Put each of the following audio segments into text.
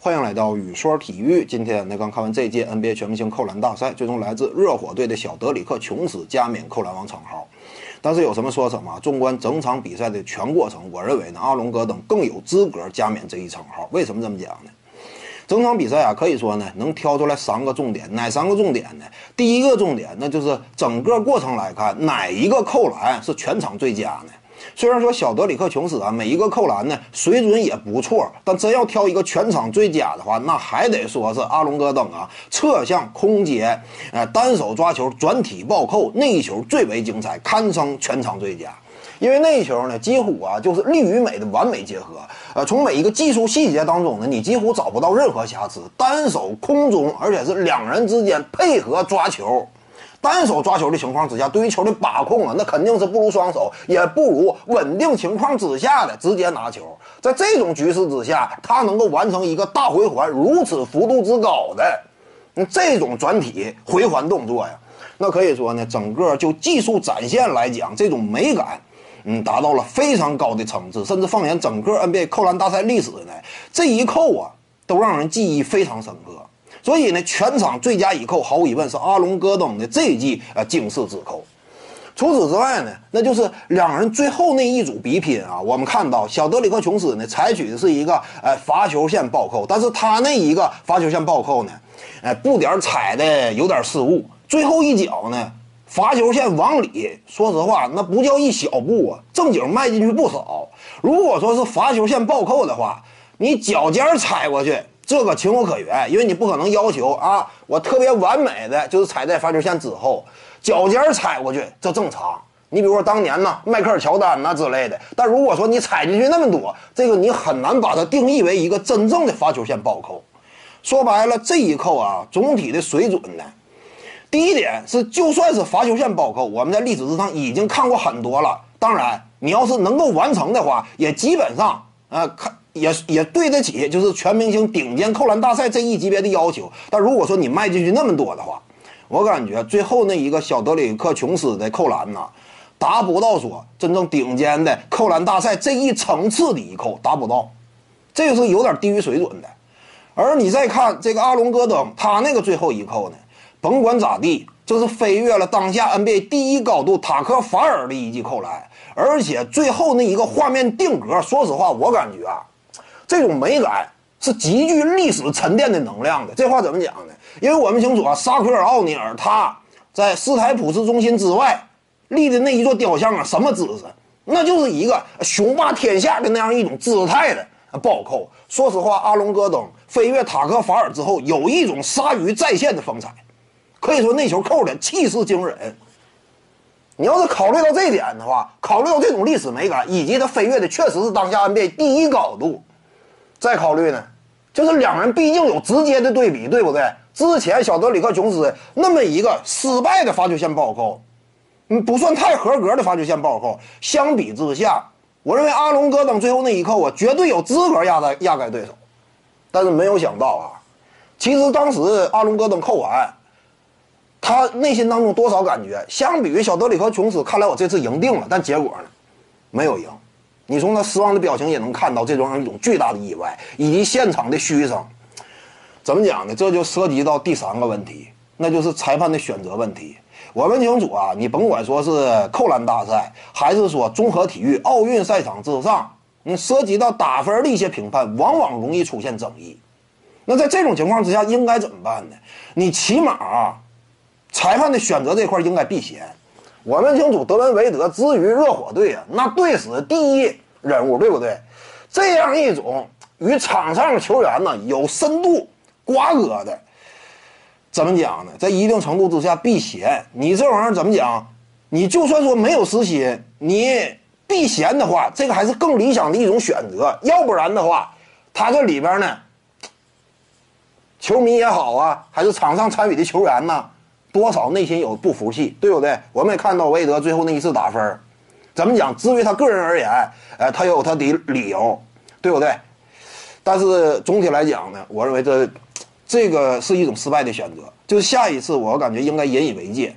欢迎来到语说体育。今天刚看完这届 NBA 全明星扣篮大赛，最终来自热火队的小德里克·琼斯加冕扣篮王称号。但是有什么说什么，纵观整场比赛的全过程，我认为呢，阿隆戈登更有资格加冕这一称号。为什么这么讲呢？整场比赛啊，可以说呢，能挑出来3个重点。哪3个重点呢？第一个重点，那就是整个过程来看，哪一个扣篮是全场最佳呢？虽然说小德里克·琼斯啊，每一个扣篮呢水准也不错，但真要挑一个全场最佳的话，那还得说是阿隆戈登啊，侧向空接，单手抓球，转体暴扣，那一球最为精彩，堪称全场最佳。因为那一球呢，几乎啊就是力与美的完美结合。从每一个技术细节当中呢，你几乎找不到任何瑕疵。单手空中，而且是2人之间配合抓球。单手抓球的情况之下，对于球的把控啊，那肯定是不如双手，也不如稳定情况之下的直接拿球。在这种局势之下，他能够完成一个大回环如此幅度之高的这种转体回环动作呀，那可以说呢，整个就技术展现来讲，这种美感达到了非常高的层次。甚至放眼整个 NBA 扣篮大赛历史呢，这一扣啊都让人记忆非常深刻。所以呢，全场最佳一扣毫无疑问是阿隆戈登的这一记惊世之扣。除此之外呢，那就是2人最后那一组比拼啊，我们看到小德里克·琼斯呢采取的是一个罚球线暴扣，但是他那一个罚球线暴扣呢，步点踩的有点失误，最后一脚呢罚球线往里，说实话那不叫一小步啊，正经迈进去不少。如果说是罚球线暴扣的话，你脚尖踩过去，这个情有可原，因为你不可能要求啊，我特别完美的就是踩在罚球线之后，脚尖踩过去，这正常。你比如说当年呢，迈克尔乔丹呐之类的，但如果说你踩进去那么多，这个你很难把它定义为一个真正的罚球线暴扣。说白了，这一扣啊，总体的水准呢，第一点是，就算是罚球线暴扣，我们在历史之上已经看过很多了。当然，你要是能够完成的话，也基本上也对得起就是全明星顶尖扣篮大赛这一级别的要求。但如果说你迈进去那么多的话，我感觉最后那一个小德里克·琼斯的扣篮呢，达不到说真正顶尖的扣篮大赛这一层次的一扣，达不到，这个是有点低于水准的。而你再看这个阿隆戈登，他那个最后一扣呢，甭管咋地，这是飞跃了当下 NBA 第一高度塔克法尔的一记扣篮，而且最后那一个画面定格，说实话我感觉啊，这种美感是极具历史沉淀的能量的。这话怎么讲呢？因为我们清楚啊，沙奎尔·奥尼尔他在斯台普斯中心之外立的那一座雕像啊，什么姿势？那就是一个雄霸天下的那样一种姿态的暴扣。说实话，阿隆戈登飞跃塔克法尔之后，有一种鲨鱼再现的风采，可以说那球扣的气势惊人。你要是考虑到这一点的话，考虑到这种历史美感，以及他飞跃的确实是当下 NBA 第一高度，再考虑呢，就是2人毕竟有直接的对比，对不对？之前小德里克·琼斯那么一个失败的罚球线暴扣，不算太合格的罚球线暴扣，相比之下，我认为阿隆戈登最后那一扣啊，绝对有资格压盖对手。但是没有想到啊，其实当时阿隆戈登扣完，他内心当中多少感觉，相比于小德里克·琼斯，看来我这次赢定了，但结果呢，没有赢。你从他失望的表情也能看到这种一种巨大的意外，以及现场的嘘声。怎么讲呢？这就涉及到第3个问题，那就是裁判的选择问题。我们清楚啊，你甭管说是扣篮大赛，还是说综合体育、奥运赛场之上，涉及到打分的一些评判，往往容易出现争议。那在这种情况之下，应该怎么办呢？你起码裁判的选择这块应该避嫌。我们清楚德文维德之于热火队啊，那队史第一人物，对不对？这样一种与场上球员呢有深度瓜葛的，怎么讲呢？在一定程度之下避嫌，你这玩意儿怎么讲？你就算说没有私心，你避嫌的话，这个还是更理想的一种选择。要不然的话，他这里边呢，球迷也好啊，还是场上参与的球员呢，多少内心有不服气，对不对？我们也看到韦德最后那一次打分，怎么讲？至于他个人而言，他有他的理由，对不对？但是总体来讲呢，我认为这个是一种失败的选择。就是下一次，我感觉应该引以为戒。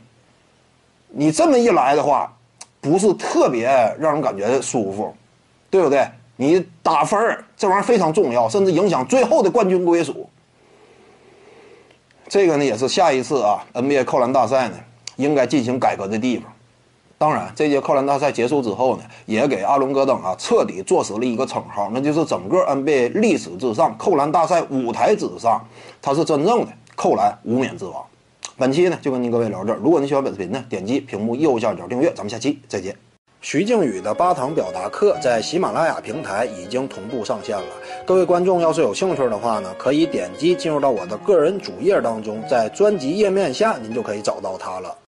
你这么一来的话，不是特别让人感觉舒服，对不对？ 你打分儿这玩意儿非常重要，甚至影响最后的冠军归属。这个呢，也是下一次啊 NBA 扣篮大赛呢应该进行改革的地方。当然，这届扣篮大赛结束之后呢，也给阿隆戈登啊彻底坐实了一个称号，那就是整个 NBA 历史之上扣篮大赛舞台之上，他是真正的扣篮无冕之王。本期呢就跟您各位聊这儿，如果您喜欢本视频呢，点击屏幕右下角订阅，咱们下期再见。徐静宇的8堂表达课在喜马拉雅平台已经同步上线了，各位观众要是有兴趣的话呢，可以点击进入到我的个人主页当中，在专辑页面下您就可以找到它了。